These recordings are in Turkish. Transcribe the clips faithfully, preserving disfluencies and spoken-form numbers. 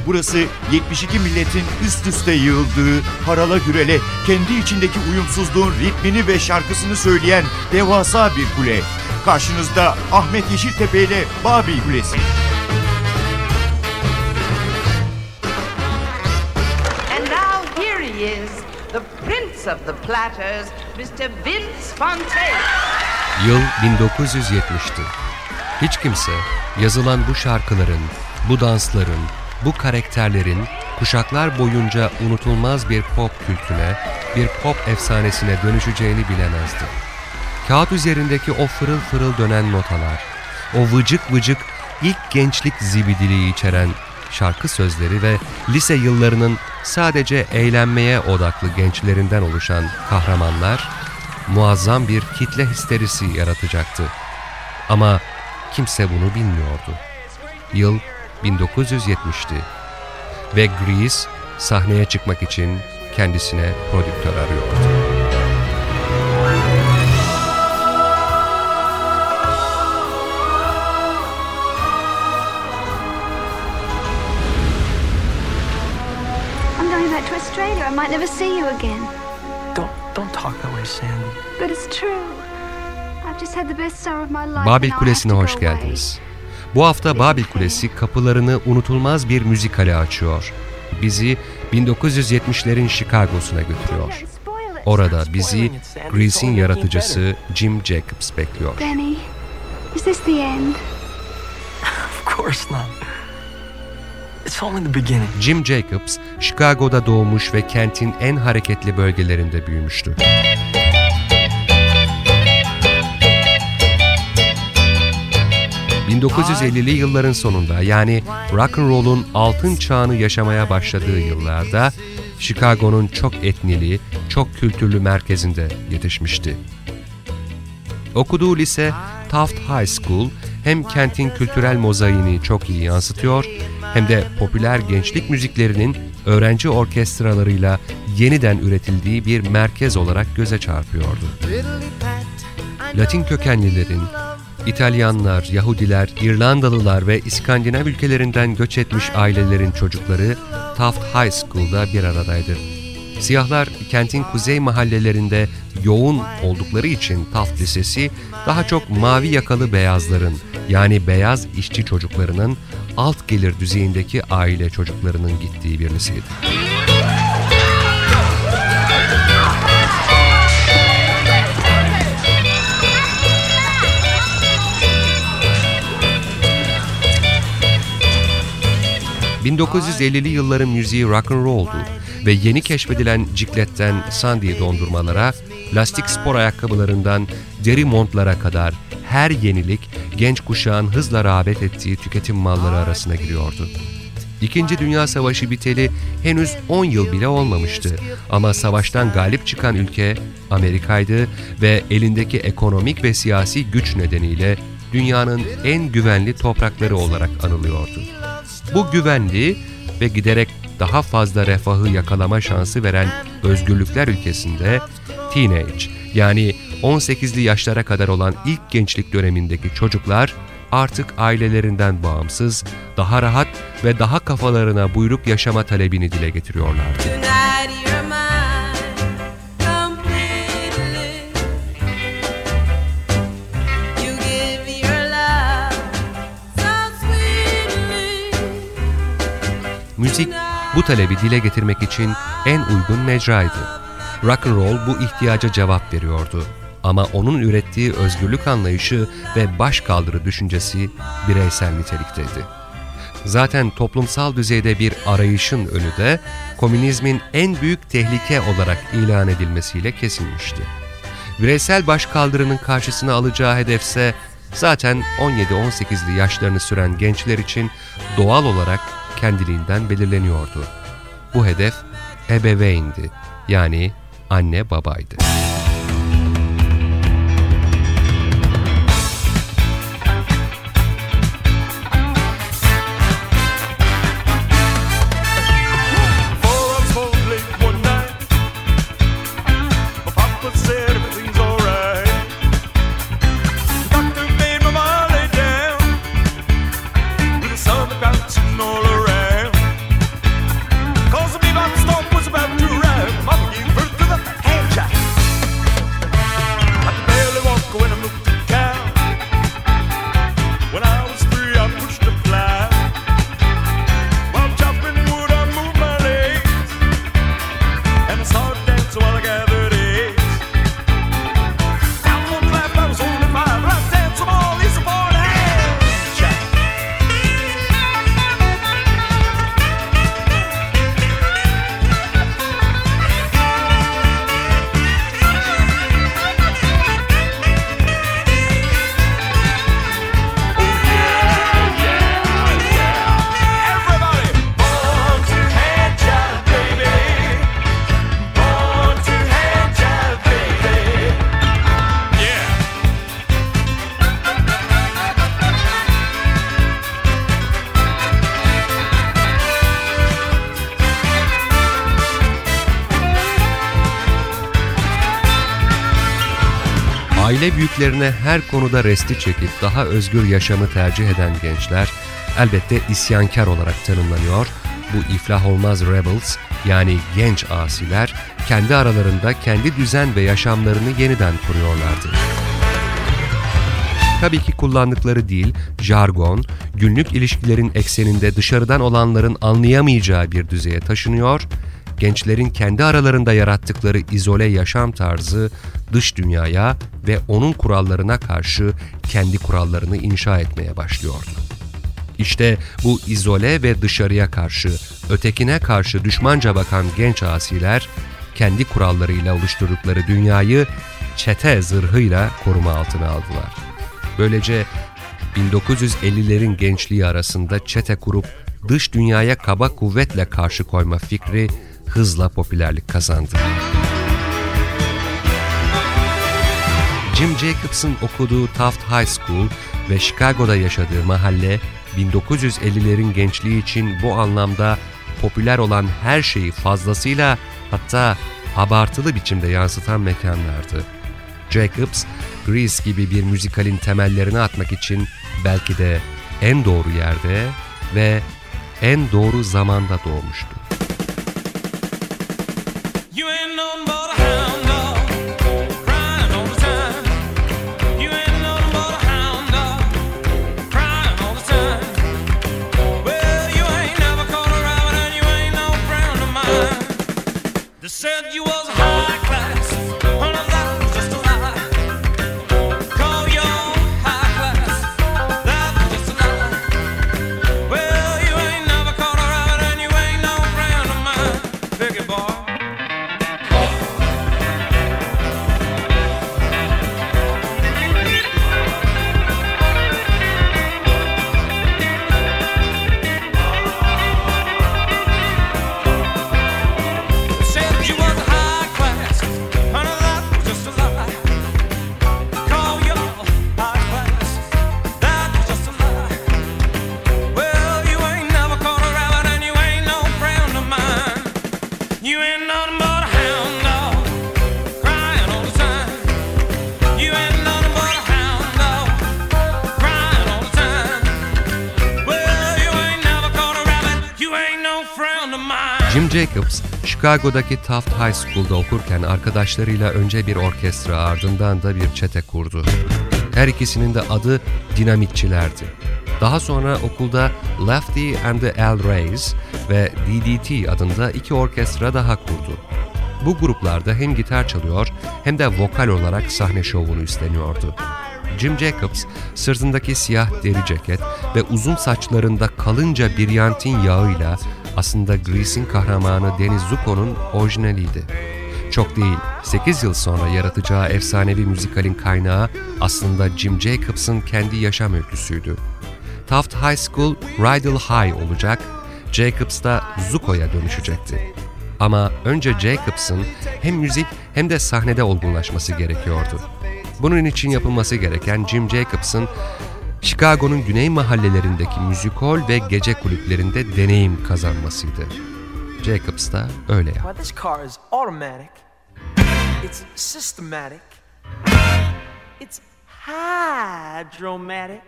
Burası yetmiş iki milletin üst üste yığıldığı, harala gürele, kendi içindeki uyumsuzluğun ritmini ve şarkısını söyleyen devasa bir kule. Karşınızda Ahmet Yeşiltepe ile Babil Kulesi. And now here he is, the Prince of the Platters, mister Vince Fontaine. Yıl bin dokuz yüz yetmişti. Hiç kimse yazılan bu şarkıların, bu dansların, bu karakterlerin kuşaklar boyunca unutulmaz bir pop kültüne, bir pop efsanesine dönüşeceğini bilemezdi. Kağıt üzerindeki o fırıl fırıl dönen notalar, o vıcık vıcık ilk gençlik zibidiliği içeren şarkı sözleri ve lise yıllarının sadece eğlenmeye odaklı gençlerinden oluşan kahramanlar muazzam bir kitle histerisi yaratacaktı. Ama kimse bunu bilmiyordu. Yıl bin dokuz yüz yetmişti ve Grease sahneye çıkmak için kendisine prodüktör arıyordu. I'm going back to Australia. I might never see you again. Don't don't talk that way, Sandy. But it's true. I've just had the best summer of my life. Babil and now I Kulesi'ne have to hoş go away. geldiniz. Bu hafta Babil Kulesi kapılarını unutulmaz bir müzikale açıyor. Bizi bin dokuz yüz yetmişlerin Chicago'suna götürüyor. Orada bizi Grease'in yaratıcısı Jim Jacobs bekliyor. Benny, is this the end? Of course not. It's only the beginning. Jim Jacobs, Chicago'da doğmuş ve kentin en hareketli bölgelerinde büyümüştü. bin dokuz yüz ellili yılların sonunda, yani rock and roll'un altın çağını yaşamaya başladığı yıllarda Chicago'nun çok etnili, çok kültürlü merkezinde yetişmişti. Okuduğu lise Taft High School hem kentin kültürel mozaiğini çok iyi yansıtıyor hem de popüler gençlik müziklerinin öğrenci orkestralarıyla yeniden üretildiği bir merkez olarak göze çarpıyordu. Latin kökenlilerin, İtalyanlar, Yahudiler, İrlandalılar ve İskandinav ülkelerinden göç etmiş ailelerin çocukları Taft High School'da bir aradaydı. Siyahlar kentin kuzey mahallelerinde yoğun oldukları için Taft Lisesi daha çok mavi yakalı beyazların, yani beyaz işçi çocuklarının alt gelir düzeyindeki aile çocuklarının gittiği bir liseydi. bin dokuz yüz ellili yılların müziği rock and roll'du ve yeni keşfedilen cikletten Sandy dondurmalara, lastik spor ayakkabılarından deri montlara kadar her yenilik genç kuşağın hızla rağbet ettiği tüketim malları arasına giriyordu. İkinci Dünya Savaşı biteli henüz on yıl bile olmamıştı ama savaştan galip çıkan ülke Amerika'ydı ve elindeki ekonomik ve siyasi güç nedeniyle dünyanın en güvenli toprakları olarak anılıyordu. Bu güvenli ve giderek daha fazla refahı yakalama şansı veren özgürlükler ülkesinde teenage, yani on sekizli yaşlara kadar olan ilk gençlik dönemindeki çocuklar artık ailelerinden bağımsız, daha rahat ve daha kafalarına buyruk yaşama talebini dile getiriyorlardı. Müzik bu talebi dile getirmek için en uygun mecraydı. Rock and roll bu ihtiyaca cevap veriyordu. Ama onun ürettiği özgürlük anlayışı ve başkaldırı düşüncesi bireysel nitelikteydi. Zaten toplumsal düzeyde bir arayışın önü de komünizmin en büyük tehlike olarak ilan edilmesiyle kesilmişti. Bireysel başkaldırının karşısına alacağı hedefse zaten on yedi on sekizli yaşlarını süren gençler için doğal olarak kendiliğinden belirleniyordu. Bu hedef ebeveyndi, yani anne babaydı. Aile büyüklerine her konuda resti çekip daha özgür yaşamı tercih eden gençler elbette isyankar olarak tanımlanıyor. Bu iflah olmaz rebels yani genç asiler kendi aralarında kendi düzen ve yaşamlarını yeniden kuruyorlardı. Tabii ki kullandıkları dil, jargon, günlük ilişkilerin ekseninde dışarıdan olanların anlayamayacağı bir düzeye taşınıyor, gençlerin kendi aralarında yarattıkları izole yaşam tarzı dış dünyaya ve onun kurallarına karşı kendi kurallarını inşa etmeye başlıyordu. İşte bu izole ve dışarıya karşı, ötekine karşı düşmanca bakan genç asiler, kendi kurallarıyla oluşturdukları dünyayı çete zırhıyla koruma altına aldılar. Böylece bin dokuz yüz ellilerin gençliği arasında çete kurup dış dünyaya kaba kuvvetle karşı koyma fikri hızla popülerlik kazandı. Jim Jacobs'ın okuduğu Taft High School ve Chicago'da yaşadığı mahalle, bin dokuz yüz ellilerin gençliği için bu anlamda popüler olan her şeyi fazlasıyla, hatta abartılı biçimde yansıtan mekanlardı. Jacobs, Grease gibi bir müzikalin temellerini atmak için belki de en doğru yerde ve en doğru zamanda doğmuştu. Jim Jacobs, Chicago'daki Taft High School'da okurken arkadaşlarıyla önce bir orkestra, ardından da bir çete kurdu. Her ikisinin de adı Dinamitçilerdi. Daha sonra okulda Lefty and the El Rays ve D D T adında iki orkestra daha kurdu. Bu gruplarda hem gitar çalıyor hem de vokal olarak sahne şovunu üstleniyordu. Jim Jacobs, sırtındaki siyah deri ceket ve uzun saçlarında kalınca biryantin yağıyla aslında Grease'in kahramanı Danny Zuko'nun orijinaliydi. Çok değil, sekiz yıl sonra yaratacağı efsanevi müzikalin kaynağı aslında Jim Jacobs'ın kendi yaşam öyküsüydü. Taft High School, Rydell High olacak, Jacobs da Zuko'ya dönüşecekti. Ama önce Jacobs'ın hem müzik hem de sahnede olgunlaşması gerekiyordu. Bunun için yapılması gereken Jim Jacobs'ın Chicago'nun güney mahallelerindeki müzikol ve gece kulüplerinde deneyim kazanmasıydı. Jacobs da öyle yaptı. Well, this car is automatic. It's systematic. It's hydromatic.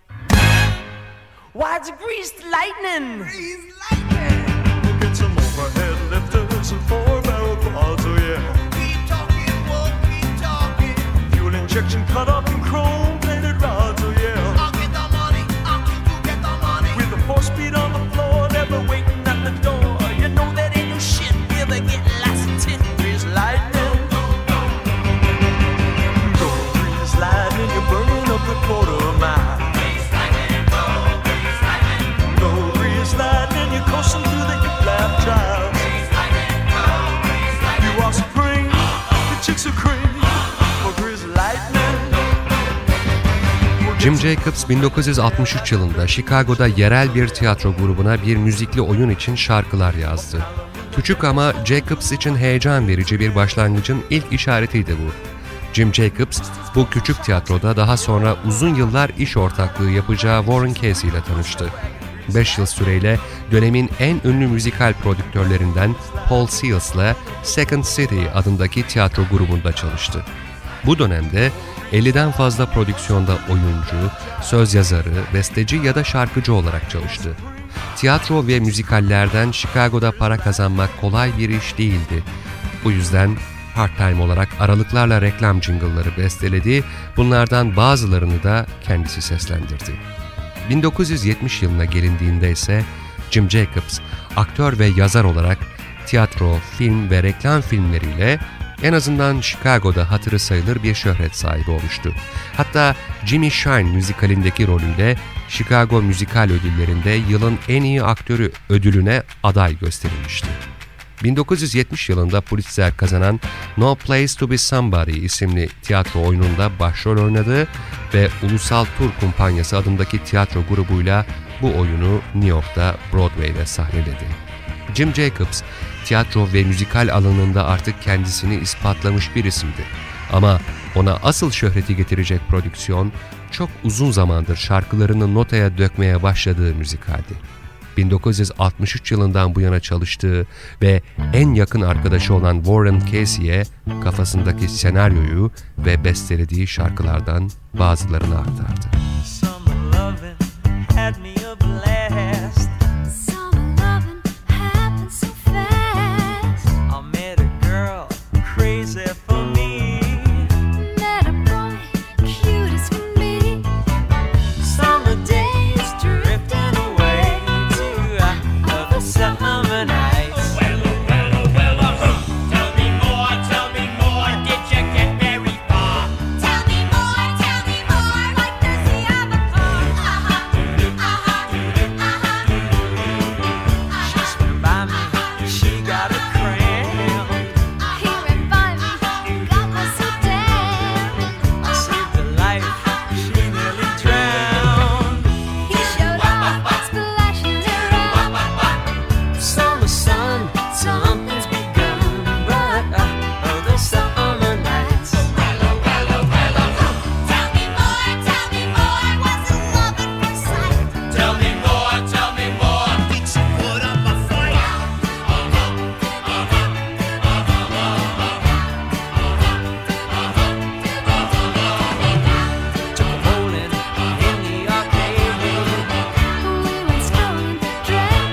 Why, it's greased lightning. Greased lightning. Get some overhead lifters and four-barrel quads, oh yeah. Keep talking, won't keep talking. Fuel injection cut up in chrome-plated rods, oh yeah. I'll get the money, I'll keep you get the money. With the four-speed on the floor, never waiting at the door. You know that ain't no shit, you ever get lots of tit. Grease lightning. Go, grease lightning, you're burning up the quarter mile. Grease lightning, go, grease lightning. Go, grease lightning, you're coasting through the hip-lap trial. Grease lightning, go, grease lightning. You are supreme, the chicks are cream. For grease lightning. Jim Jacobs bin dokuz yüz altmış üç yılında Chicago'da yerel bir tiyatro grubuna bir müzikli oyun için şarkılar yazdı. Küçük ama Jacobs için heyecan verici bir başlangıcın ilk işaretiydi bu. Jim Jacobs, bu küçük tiyatroda daha sonra uzun yıllar iş ortaklığı yapacağı Warren Casey ile tanıştı. Beş yıl süreyle dönemin en ünlü müzikal prodüktörlerinden Paul Seals'la Second City adındaki tiyatro grubunda çalıştı. Bu dönemde elliden fazla prodüksiyonda oyuncu, söz yazarı, besteci ya da şarkıcı olarak çalıştı. Tiyatro ve müzikallerden Chicago'da para kazanmak kolay bir iş değildi. Bu yüzden part-time olarak aralıklarla reklam jingle'ları besteledi, bunlardan bazılarını da kendisi seslendirdi. bin dokuz yüz yetmiş yılına gelindiğinde ise Jim Jacobs, aktör ve yazar olarak tiyatro, film ve reklam filmleriyle en azından Chicago'da hatırı sayılır bir şöhret sahibi olmuştu. Hatta Jimmy Shine müzikalindeki rolüyle Chicago Müzikal Ödülleri'nde yılın en iyi aktörü ödülüne aday gösterilmişti. bin dokuz yüz yetmiş yılında Pulitzer kazanan No Place to Be Somebody isimli tiyatro oyununda başrol oynadı ve Ulusal Tur Kumpanyası adındaki tiyatro grubuyla bu oyunu New York'ta Broadway'de sahneledi. Jim Jacobs, tiyatro ve müzikal alanında artık kendisini ispatlamış bir isimdi. Ama ona asıl şöhreti getirecek prodüksiyon, çok uzun zamandır şarkılarını notaya dökmeye başladığı müzikaldi. bin dokuz yüz altmış üç yılından bu yana çalıştığı ve en yakın arkadaşı olan Warren Casey'e kafasındaki senaryoyu ve bestelediği şarkılardan bazılarını aktardı. Summer loving had me a blast. Summer loving happened so fast. I met a girl crazy for me. Met a boy cute as can be. Summer days drifting away to other summer nights. Tell me more, tell me more. Did you get very far? Tell me more, tell me more. Like does he have a car? Uh-huh, uh-huh, uh-huh. She swam by me, she got a cramp. He ran by me, got me so damn. I saved her life, she nearly drowned. He showed up, splashing around. Summer sun, something's begun, but uh, other summer nights. Tell me more, tell me more. Was it love at first sight? Tell me more, tell me more. Did you put up a fight? Took a bowling in the arcade. We went strolling, drank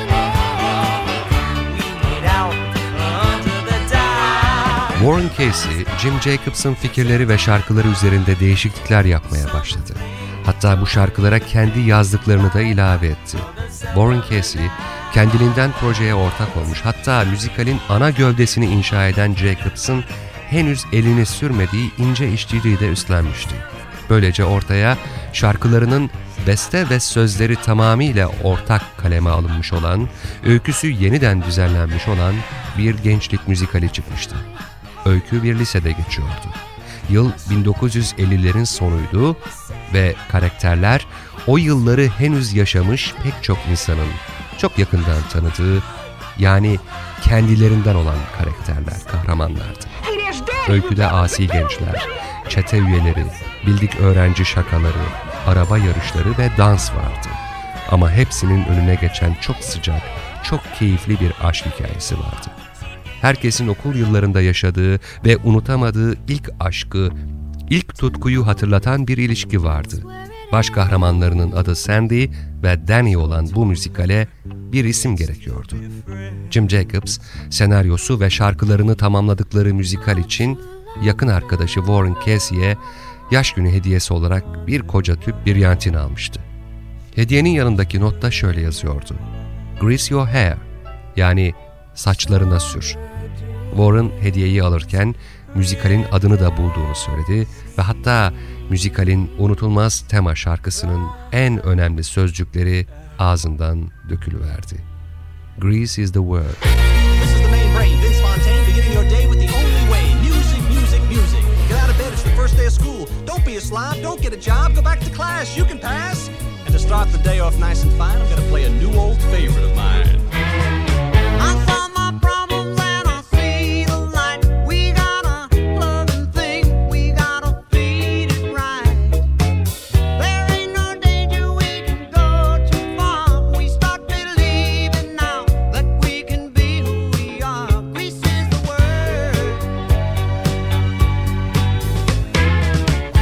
lemonade. We made out under the dive. Warren Casey, Jim Jacobs'ın fikirleri ve şarkıları üzerinde değişiklikler yapmaya başladı. Hatta bu şarkılara kendi yazdıklarını da ilave etti. Warren Casey, kendiliğinden projeye ortak olmuş, hatta müzikalin ana gövdesini inşa eden Jacobs'ın henüz elini sürmediği ince işçiliği de üstlenmişti. Böylece ortaya şarkılarının beste ve sözleri tamamıyla ortak kaleme alınmış olan, öyküsü yeniden düzenlenmiş olan bir gençlik müzikali çıkmıştı. Öykü bir lisede geçiyordu. Yıl bin dokuz yüz ellilerin sonuydu ve karakterler o yılları henüz yaşamış pek çok insanın çok yakından tanıdığı, yani kendilerinden olan karakterler, kahramanlardı. Öyküde asi gençler, çete üyeleri, bildik öğrenci şakaları, araba yarışları ve dans vardı. Ama hepsinin önüne geçen çok sıcak, çok keyifli bir aşk hikayesi vardı. Herkesin okul yıllarında yaşadığı ve unutamadığı ilk aşkı, ilk tutkuyu hatırlatan bir ilişki vardı. Baş kahramanlarının adı Sandy ve Danny olan bu müzikale bir isim gerekiyordu. Jim Jacobs, senaryosu ve şarkılarını tamamladıkları müzikal için yakın arkadaşı Warren Casey'e yaş günü hediyesi olarak bir koca tüp brilyantin almıştı. Hediyenin yanındaki notta şöyle yazıyordu: "Grease your hair", yani saçlarına sür. Warren hediyeyi alırken müzikalin adını da bulduğunu söyledi ve hatta müzikalin unutulmaz tema şarkısının en önemli sözcükleri ağzından dökülüverdi. Grease is the word. This is the main brain, Vince Fontaine, beginning your day with the only way. Music, music, music. Get out of bed, it's the first day of school. Don't be a slob, don't get a job, go back to class, you can pass. And to start the day off nice and fine, I'm gonna play a new old favorite of mine. I saw my problems and I see the light. We got a loving thing, we gotta feed it right. There ain't no danger we can go too far. We start believing now that we can be who we are. Grease is the word.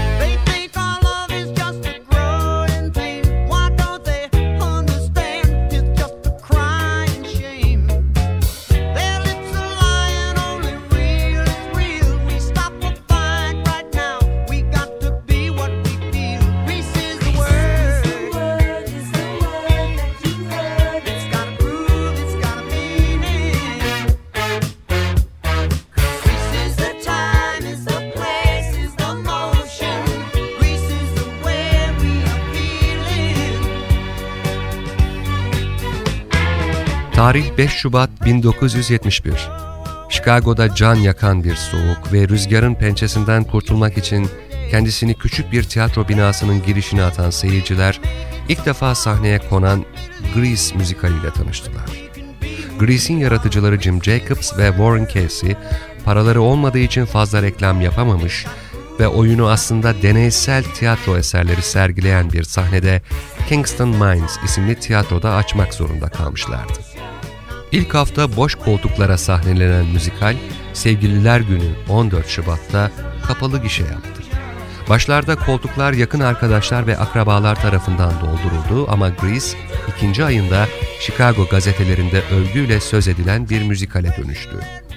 Tarih beş Şubat bin dokuz yüz yetmiş bir. Chicago'da can yakan bir soğuk ve rüzgarın pençesinden kurtulmak için kendisini küçük bir tiyatro binasının girişine atan seyirciler ilk defa sahneye konan Grease müzikaliyle tanıştılar. Grease'in yaratıcıları Jim Jacobs ve Warren Casey paraları olmadığı için fazla reklam yapamamış ve oyunu aslında deneysel tiyatro eserleri sergileyen bir sahnede Kingston Mines isimli tiyatroda açmak zorunda kalmışlardı. İlk hafta boş koltuklara sahnelenen müzikal, Sevgililer Günü on dört Şubat'ta kapalı gişe yaptı. Başlarda koltuklar yakın arkadaşlar ve akrabalar tarafından dolduruldu ama Grease, ikinci ayında Chicago gazetelerinde övgüyle söz edilen bir müzikale dönüştü.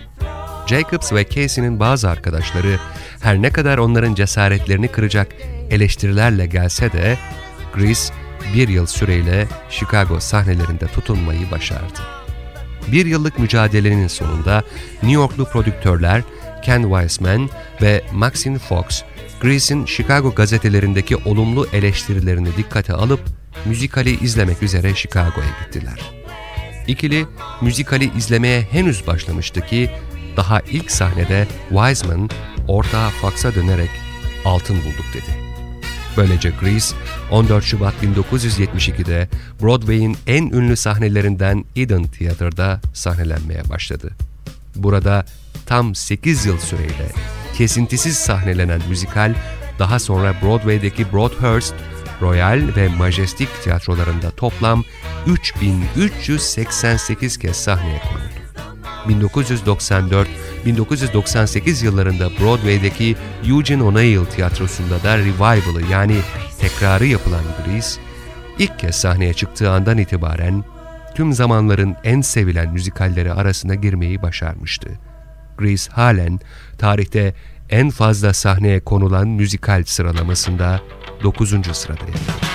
Jacobs ve Casey'nin bazı arkadaşları her ne kadar onların cesaretlerini kıracak eleştirilerle gelse de Grease bir yıl süreyle Chicago sahnelerinde tutunmayı başardı. Bir yıllık mücadelenin sonunda New Yorklu prodüktörler Ken Wiseman ve Maxine Fox, Grease'in Chicago gazetelerindeki olumlu eleştirilerini dikkate alıp müzikali izlemek üzere Chicago'ya gittiler. İkili müzikali izlemeye henüz başlamıştı ki daha ilk sahnede Wiseman ortağı Fox'a dönerek altın bulduk dedi. Böylece Grease on dört Şubat bin dokuz yüz yetmiş iki'de Broadway'in en ünlü sahnelerinden Eden Theater'da sahnelenmeye başladı. Burada tam sekiz yıl süreyle kesintisiz sahnelenen müzikal daha sonra Broadway'deki Broadhurst, Royal ve Majestic tiyatrolarında toplam üç bin üç yüz seksen sekiz kez sahneye konuldu. bin dokuz yüz doksan dört - bin dokuz yüz doksan sekiz yıllarında Broadway'deki Eugene O'Neill tiyatrosunda da revival'ı yani tekrarı yapılan Grease, ilk kez sahneye çıktığı andan itibaren tüm zamanların en sevilen müzikalleri arasına girmeyi başarmıştı. Grease halen tarihte en fazla sahneye konulan müzikal sıralamasında dokuzuncu sırada yer alıyor.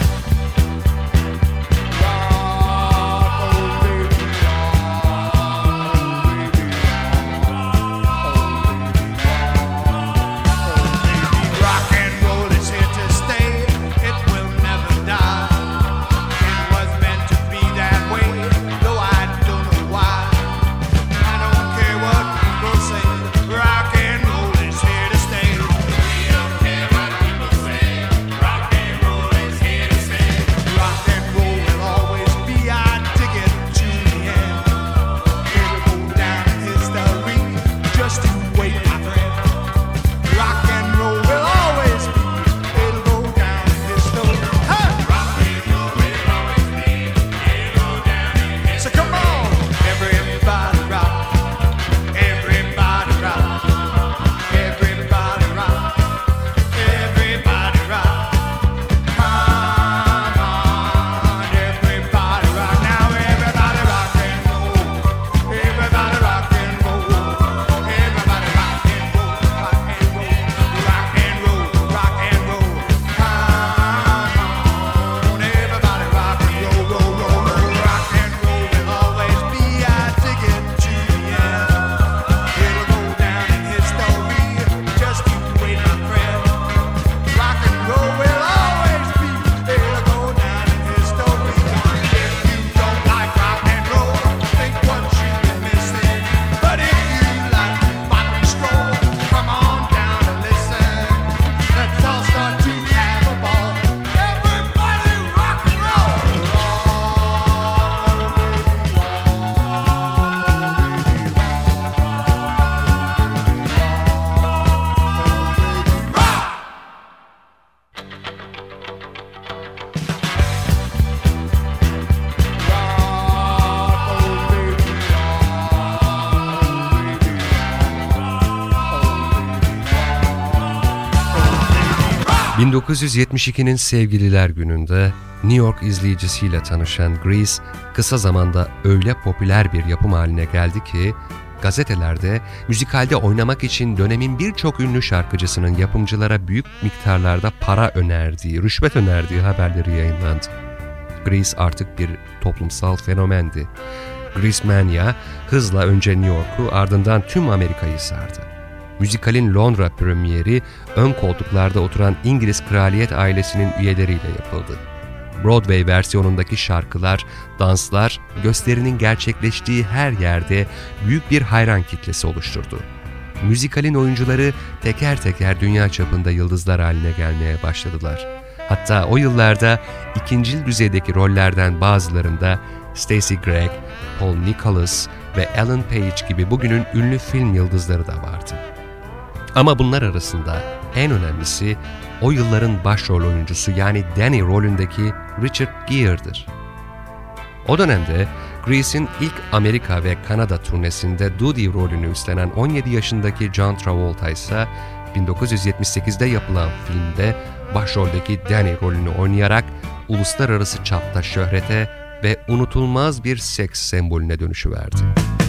bin dokuz yüz yetmiş iki'nin Sevgililer Günü'nde New York izleyicisiyle tanışan Grease, kısa zamanda öyle popüler bir yapım haline geldi ki, gazetelerde müzikalde oynamak için dönemin birçok ünlü şarkıcısının yapımcılara büyük miktarlarda para önerdiği, rüşvet önerdiği haberleri yayınlandı. Grease artık bir toplumsal fenomendi. Grease Mania hızla önce New York'u ardından tüm Amerika'yı sardı. Müzikalin Londra premieri ön koltuklarda oturan İngiliz kraliyet ailesinin üyeleriyle yapıldı. Broadway versiyonundaki şarkılar, danslar gösterinin gerçekleştiği her yerde büyük bir hayran kitlesi oluşturdu. Müzikalin oyuncuları teker teker dünya çapında yıldızlar haline gelmeye başladılar. Hatta o yıllarda ikincil düzeydeki rollerden bazılarında Stacey Gregg, Paul Nicholas ve Ellen Page gibi bugünün ünlü film yıldızları da vardı. Ama bunlar arasında en önemlisi o yılların başrol oyuncusu yani Danny rolündeki Richard Gere'dir. O dönemde Grease'in ilk Amerika ve Kanada turnesinde Doody rolünü üstlenen on yedi yaşındaki John Travolta ise bin dokuz yüz yetmiş sekizde yapılan filmde başroldeki Danny rolünü oynayarak uluslararası çapta şöhrete ve unutulmaz bir seks sembolüne dönüşüverdi.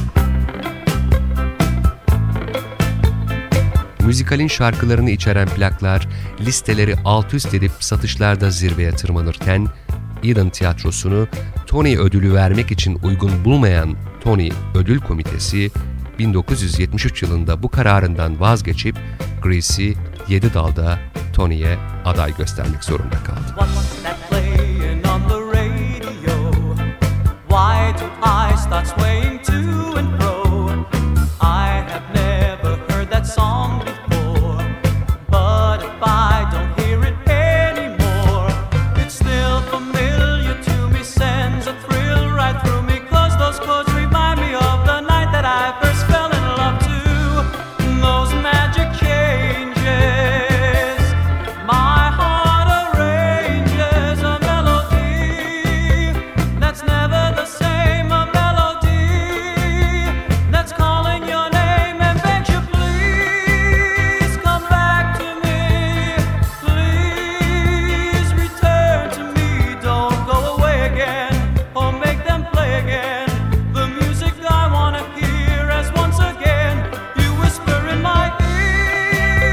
Müzikalin şarkılarını içeren plaklar listeleri alt üst edip satışlarda zirveye tırmanırken, Eden Tiyatrosu'nu Tony ödülü vermek için uygun bulmayan Tony Ödül Komitesi, bin dokuz yüz yetmiş üç yılında bu kararından vazgeçip Grease'i yedi dalda Tony'ye aday göstermek zorunda kaldı. What's that playing on the radio? Why do I start swaying to and fro? I have never heard that song before, but if I don't hear it anymore, it's still familiar to me, sends a thrill right through me, 'cause those chords remind me of the night that I first fell in love too. Those magic changes, my heart arranges a melody that's never the same, a melody that's calling your name and begs you, please come back to me, please return to me, don't go away again, or make them play again the music I wanna hear as once again you whisper in my ear.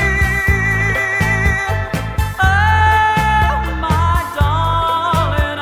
Oh, my darling,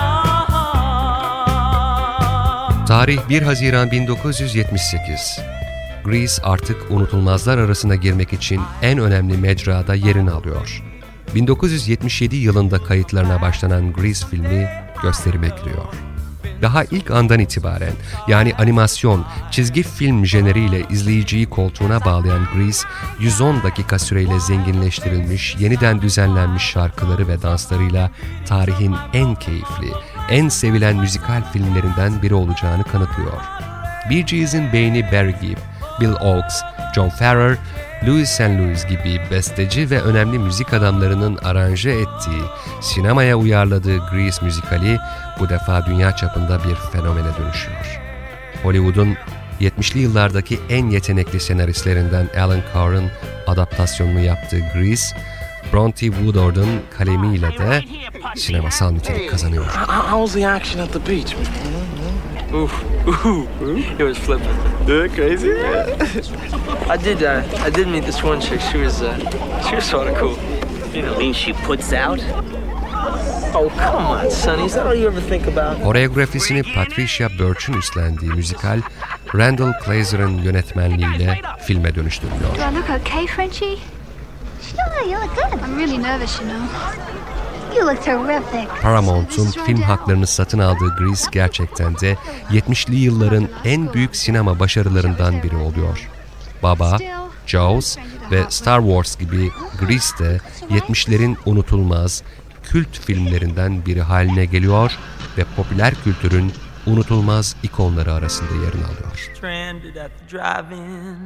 ah. Tarih bir Haziran bin dokuz yüz yetmiş sekiz. Grease artık unutulmazlar arasına girmek için en önemli mecrada yerini alıyor. bin dokuz yüz yetmiş yedi yılında kayıtlarına başlanan Grease filmi gösterime giriyor. Daha ilk andan itibaren yani animasyon, çizgi film jeneriyle izleyiciyi koltuğuna bağlayan Grease, yüz on dakika süreyle zenginleştirilmiş, yeniden düzenlenmiş şarkıları ve danslarıyla tarihin en keyifli, en sevilen müzikal filmlerinden biri olacağını kanıtlıyor. Bee Gees'in beyni Barry Gibb, Bill Oakes, John Farrar, Louis Saint Louis gibi besteci ve önemli müzik adamlarının aranje ettiği, sinemaya uyarladığı Grease müzikali bu defa dünya çapında bir fenomene dönüşüyor. Hollywood'un yetmişli yıllardaki en yetenekli senaristlerinden Alan Carr'ın adaptasyonunu yaptığı Grease, Bronte Woodard'ın kalemiyle de sinemasal nitelik kazanıyor. How was the action at the beach? Oof, ooh, it was flipping. Yeah, crazy. Yeah. I did. Uh, I did meet this one chick. She was. Uh, she was sort of cool. You know, mean she puts out. Oh come on, Sonny. Is that all you ever think about? Koreografisini Patricia Birch'ün üstlendiği müzikal, Randall Kleiser'ın yönetmenliğiyle filme dönüştürülüyor. Do I look okay, Frenchie? Sure, you look good. I'm really nervous, you know. You look terrific. Paramount'un film haklarını satın aldığı Grease gerçekten de yetmişli yılların en büyük sinema başarılarından biri oluyor. Baba, Jaws ve Star Wars gibi Grease de yetmişlerin unutulmaz, kült filmlerinden biri haline geliyor ve popüler kültürün unutulmaz ikonları arasında yerini alıyor. Stranded at the drive-in,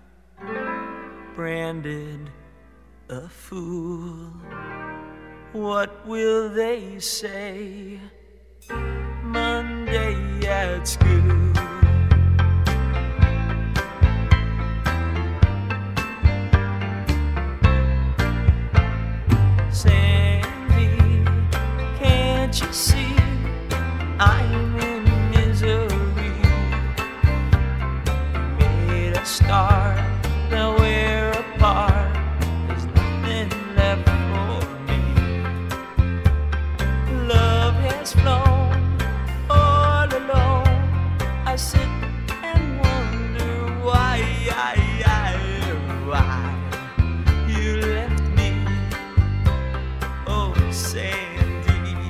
branded a fool. What will they say Monday at school? Sandy, can't you see I'm in misery? You made a start, now we're apart. There's nothing left for me. Love has flown all alone. I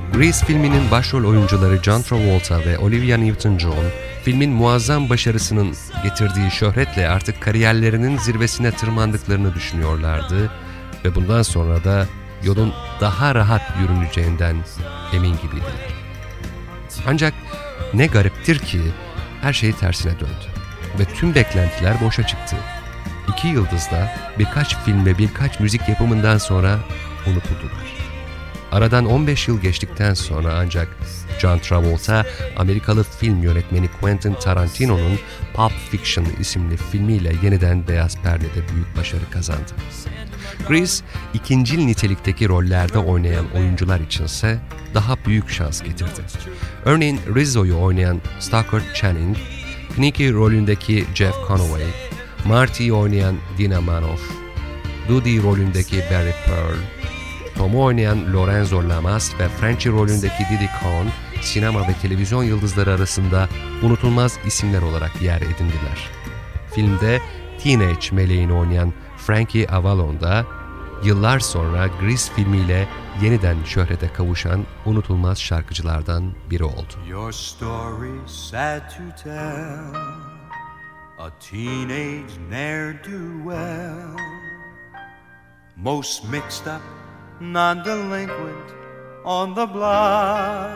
Grease filminin başrol oyuncuları John Travolta ve Olivia Newton-John, filmin muazzam başarısının getirdiği şöhretle artık kariyerlerinin zirvesine tırmandıklarını düşünüyorlardı ve bundan sonra da yolun daha rahat yürüneceğinden emin gibiydiler. Ancak ne gariptir ki her şey tersine döndü ve tüm beklentiler boşa çıktı. İki yıldız da birkaç film ve birkaç müzik yapımından sonra unutuldular. Aradan on beş yıl geçtikten sonra ancak John Travolta, Amerikalı film yönetmeni Quentin Tarantino'nun Pulp Fiction isimli filmiyle yeniden beyaz perdede büyük başarı kazandı. Grease, ikincil nitelikteki rollerde oynayan oyuncular içinse daha büyük şans getirdi. Örneğin Rizzo'yu oynayan Stockard Channing, Knicky rolündeki Jeff Conaway, Marty'yi oynayan Dina Manoff, Doody rolündeki Barry Pearl, Tom'u oynayan Lorenzo Lamas ve Frenchie rolündeki Diddy Cohn, sinema ve televizyon yıldızları arasında unutulmaz isimler olarak yer edindiler. Filmde Teenage meleğini oynayan Frankie Avalon da yıllar sonra Grease filmiyle yeniden şöhrete kavuşan unutulmaz şarkıcılardan biri oldu. Your story sad to tell, a teenage ne'er-do-well, most mixed up, non-delinquent on the block.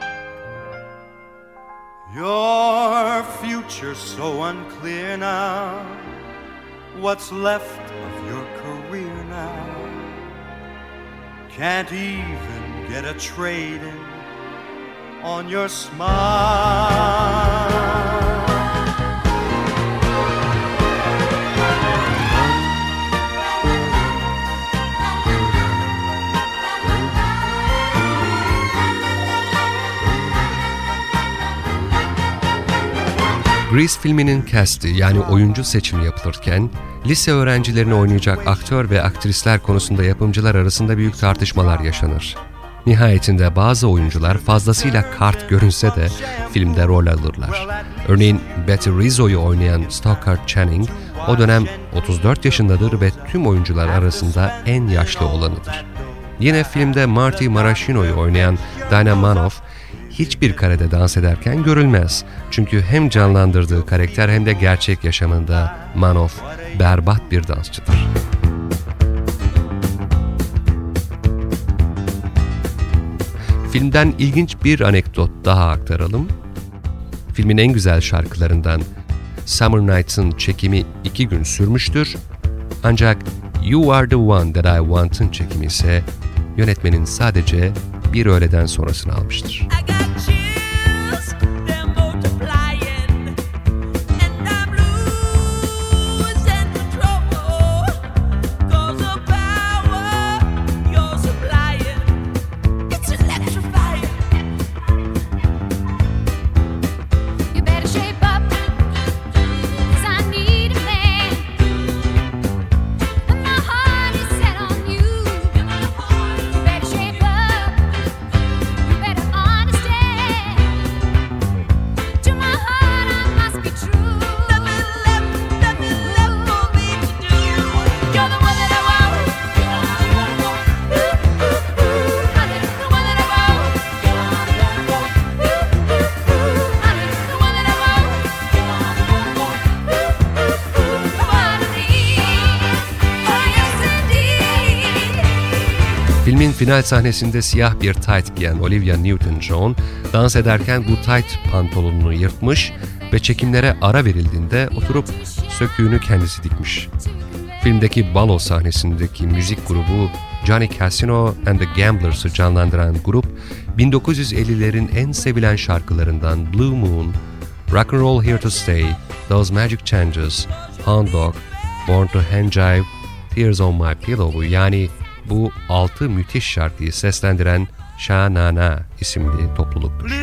Your future so unclear now, what's left of your career now? Can't even get a trade-in on your smile. Grease filminin cast'i yani oyuncu seçimi yapılırken, lise öğrencilerini oynayacak aktör ve aktrisler konusunda yapımcılar arasında büyük tartışmalar yaşanır. Nihayetinde bazı oyuncular fazlasıyla kart görünse de filmde rol alırlar. Örneğin Betty Rizzo'yu oynayan Stockard Channing o dönem otuz dört yaşındadır ve tüm oyuncular arasında en yaşlı olanıdır. Yine filmde Marty Maraschino'yu oynayan Dina Manoff hiçbir karede dans ederken görülmez. Çünkü hem canlandırdığı karakter hem de gerçek yaşamında Manoff berbat bir dansçıdır. Filmden ilginç bir anekdot daha aktaralım. Filmin en güzel şarkılarından Summer Nights'ın çekimi iki gün sürmüştür. Ancak You Are The One That I Want'ın çekimi ise yönetmenin sadece bir öğleden sonrasını almıştır. Filmin final sahnesinde siyah bir tayt giyen Olivia Newton-John, dans ederken bu tayt pantolonunu yırtmış ve çekimlere ara verildiğinde oturup söküğünü kendisi dikmiş. Filmdeki balo sahnesindeki müzik grubu Johnny Casino and the Gamblers'ı canlandıran grup, bin dokuz yüz ellilerin en sevilen şarkılarından Blue Moon, Rock and Roll Here to Stay, Those Magic Changes, Hound Dog, Born to Henjive, Tears on My Pillow'u yani bu altı müthiş şarkıyı seslendiren Sha Na Na isimli topluluktur.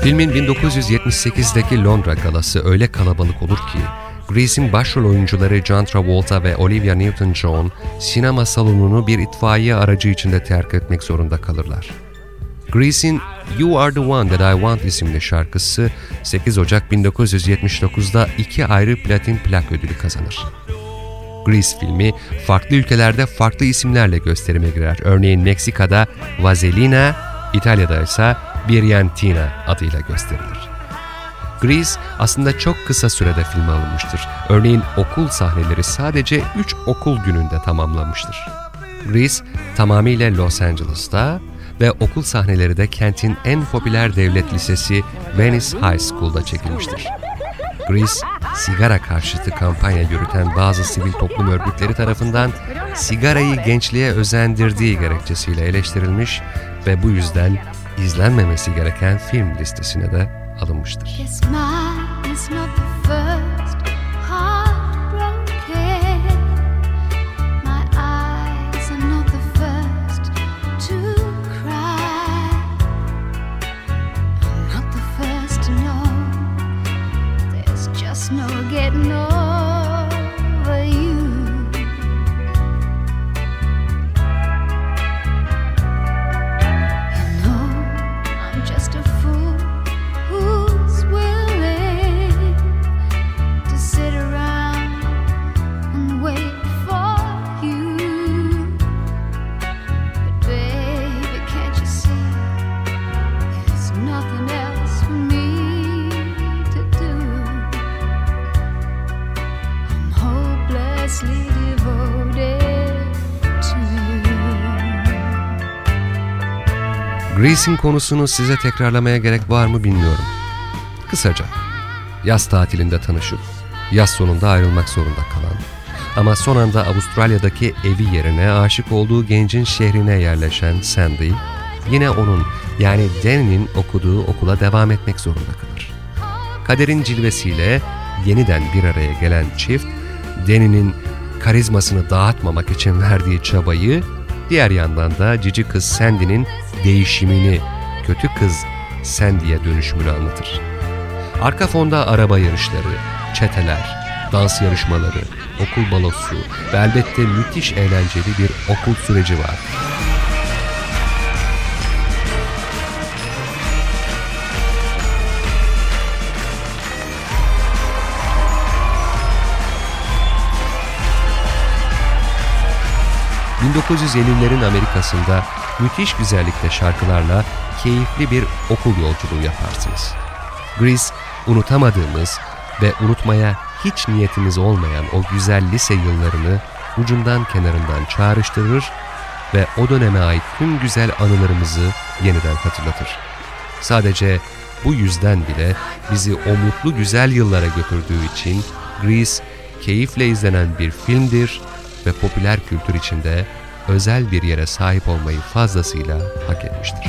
Filmin bin dokuz yüz yetmiş sekizdeki Londra galası öyle kalabalık olur ki, Grease'in başrol oyuncuları John Travolta ve Olivia Newton-John sinema salonunu bir itfaiye aracı içinde terk etmek zorunda kalırlar. Grease'in You Are The One That I Want isimli şarkısı sekiz Ocak bin dokuz yüz yetmiş dokuzda iki ayrı platin plak ödülü kazanır. Grease filmi farklı ülkelerde farklı isimlerle gösterime girer. Örneğin Meksika'da Vaselina, İtalya'da ise Briantina adıyla gösterilir. Grease aslında çok kısa sürede filme alınmıştır. Örneğin okul sahneleri sadece üç okul gününde tamamlanmıştır. Grease tamamıyla Los Angeles'ta ve okul sahneleri de kentin en popüler devlet lisesi Venice High School'da çekilmiştir. Grease, sigara karşıtı kampanya yürüten bazı sivil toplum örgütleri tarafından sigarayı gençliğe özendirdiği gerekçesiyle eleştirilmiş ve bu yüzden izlenmemesi gereken film listesine de alınmıştır. No getting over you. You know I'm just a fool who's willing to sit around and wait for you. But baby, can't you see there's nothing else for me to do? Grease'in konusunu size tekrarlamaya gerek var mı bilmiyorum. Kısaca, yaz tatilinde tanışıp, yaz sonunda ayrılmak zorunda kalan ama son anda Avustralya'daki evi yerine aşık olduğu gencin şehrine yerleşen Sandy, yine onun yani Danny'nin okuduğu okula devam etmek zorunda kalır. Kaderin cilvesiyle yeniden bir araya gelen çift, Danny'nin karizmasını dağıtmamak için verdiği çabayı, diğer yandan da cici kız Sandy'nin değişimini, kötü kız Sandy'ye dönüşümünü anlatır. Arka fonda araba yarışları, çeteler, dans yarışmaları, okul balosu ve elbette müthiş eğlenceli bir okul süreci var. bin dokuz yüz ellilerin Amerika'sında müthiş güzellikte şarkılarla keyifli bir okul yolculuğu yaparsınız. Grease, unutamadığımız ve unutmaya hiç niyetimiz olmayan o güzel lise yıllarını ucundan kenarından çağrıştırır ve o döneme ait tüm güzel anılarımızı yeniden hatırlatır. Sadece bu yüzden bile bizi o mutlu güzel yıllara götürdüğü için Grease, keyifle izlenen bir filmdir ve popüler kültür içinde özel bir yere sahip olmayı fazlasıyla hak etmiştir.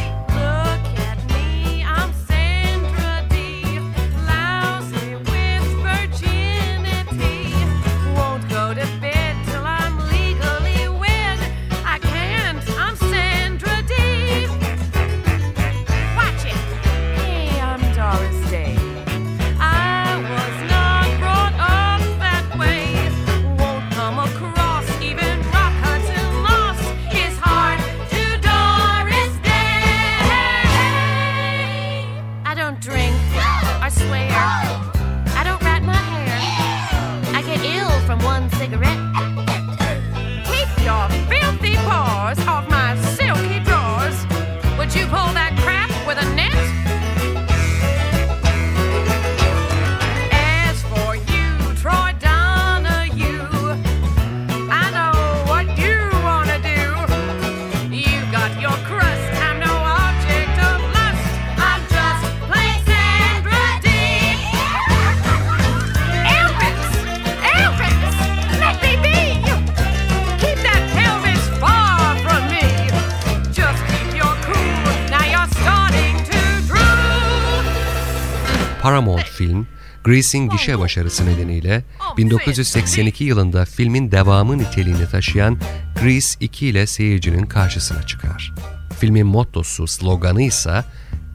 Paramount Film, Grease'in gişe başarısı nedeniyle bin dokuz yüz seksen iki yılında filmin devamı niteliğini taşıyan Grease iki ile seyircinin karşısına çıkar. Filmin mottosu, sloganı ise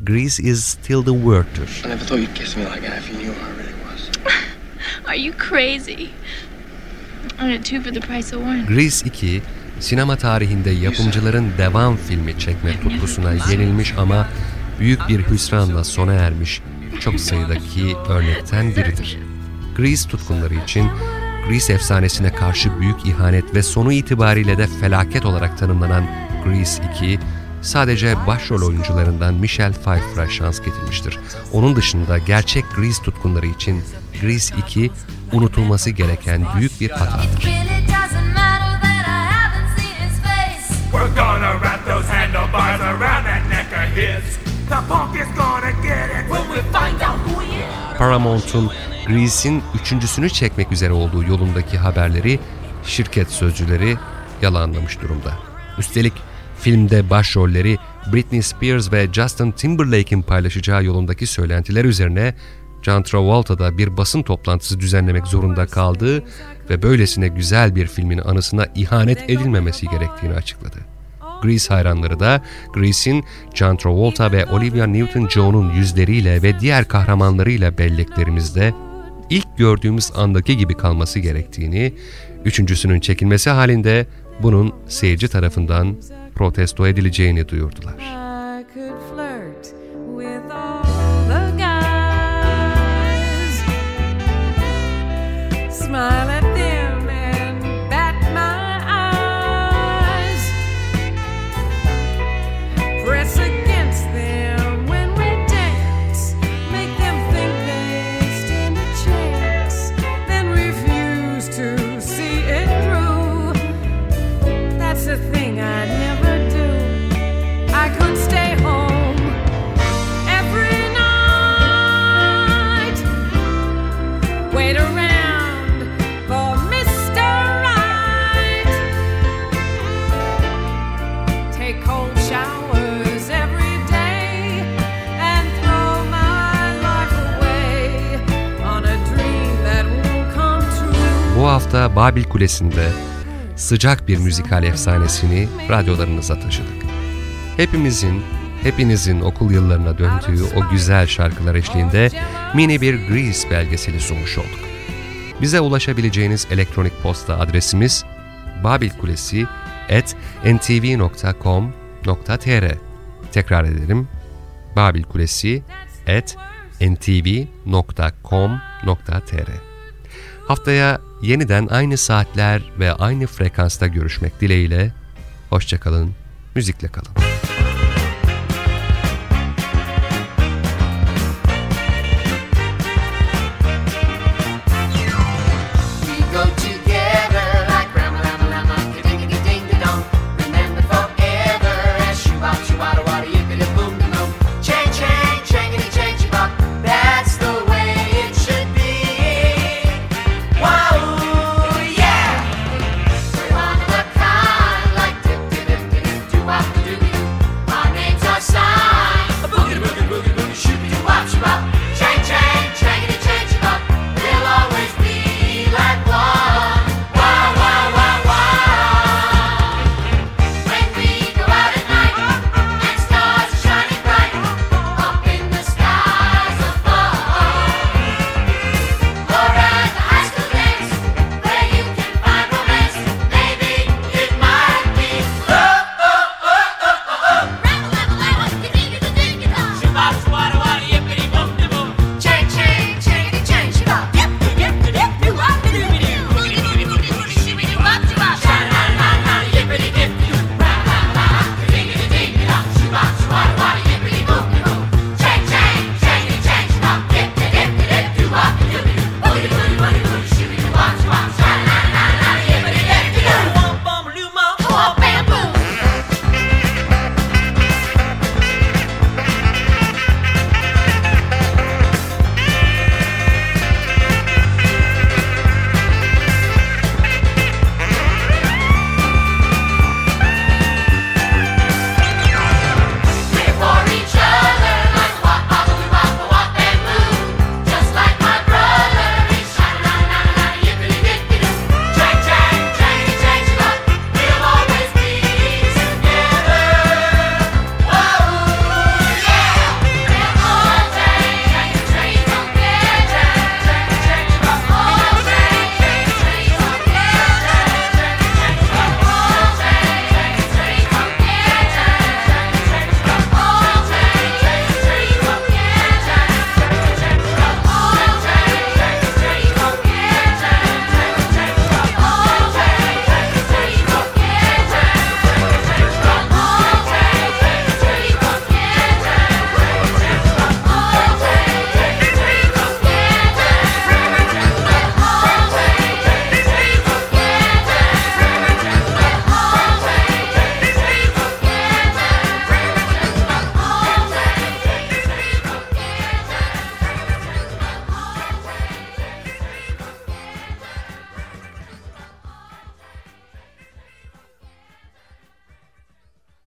Grease is still the word'tür. I never thought you'd kiss me like that if you knew how I really was. Are you crazy? I got two for the price of one. Grease iki, sinema tarihinde yapımcıların devam filmi çekme tutkusuna yenilmiş ama büyük bir hüsranla sona ermiş çok sayıdaki örnekten biridir. Grease tutkunları için Grease efsanesine karşı büyük ihanet ve sonu itibariyle de felaket olarak tanımlanan Grease iki, sadece başrol oyuncularından Michelle Pfeiffer'a şans getirmiştir. Onun dışında gerçek Grease tutkunları için Grease iki unutulması gereken büyük bir hatadır. We're gonna wrap those handlebars around that neck of his. The punk is gonna get it when we find out who he is. Paramount'un Grease'in üçüncüsünü çekmek üzere olduğu yolundaki haberleri şirket sözcüleri yalanlamış durumda. Üstelik filmde başrolleri Britney Spears ve Justin Timberlake'in paylaşacağı yolundaki söylentiler üzerine John Travolta da bir basın toplantısı düzenlemek zorunda kaldığı ve böylesine güzel bir filmin anısına ihanet edilmemesi gerektiğini açıkladı. Grease hayranları da Grease'in John Travolta ve Olivia Newton-John'un yüzleriyle ve diğer kahramanlarıyla belleklerimizde ilk gördüğümüz andaki gibi kalması gerektiğini, üçüncüsünün çekilmesi halinde bunun seyirci tarafından protesto edileceğini duyurdular. Bu hafta Babil Kulesi'nde sıcak bir müzikal efsanesini radyolarınıza taşıdık. Hepimizin, hepinizin okul yıllarına döndüğü o güzel şarkılar eşliğinde mini bir Grease belgeseli sunmuş olduk. Bize ulaşabileceğiniz elektronik posta adresimiz babilkulesi at n t v nokta com nokta t r. Tekrar edelim, babilkulesi at n t v nokta com nokta t r. Haftaya yeniden aynı saatler ve aynı frekansta görüşmek dileğiyle, hoşça kalın, müzikle kalın.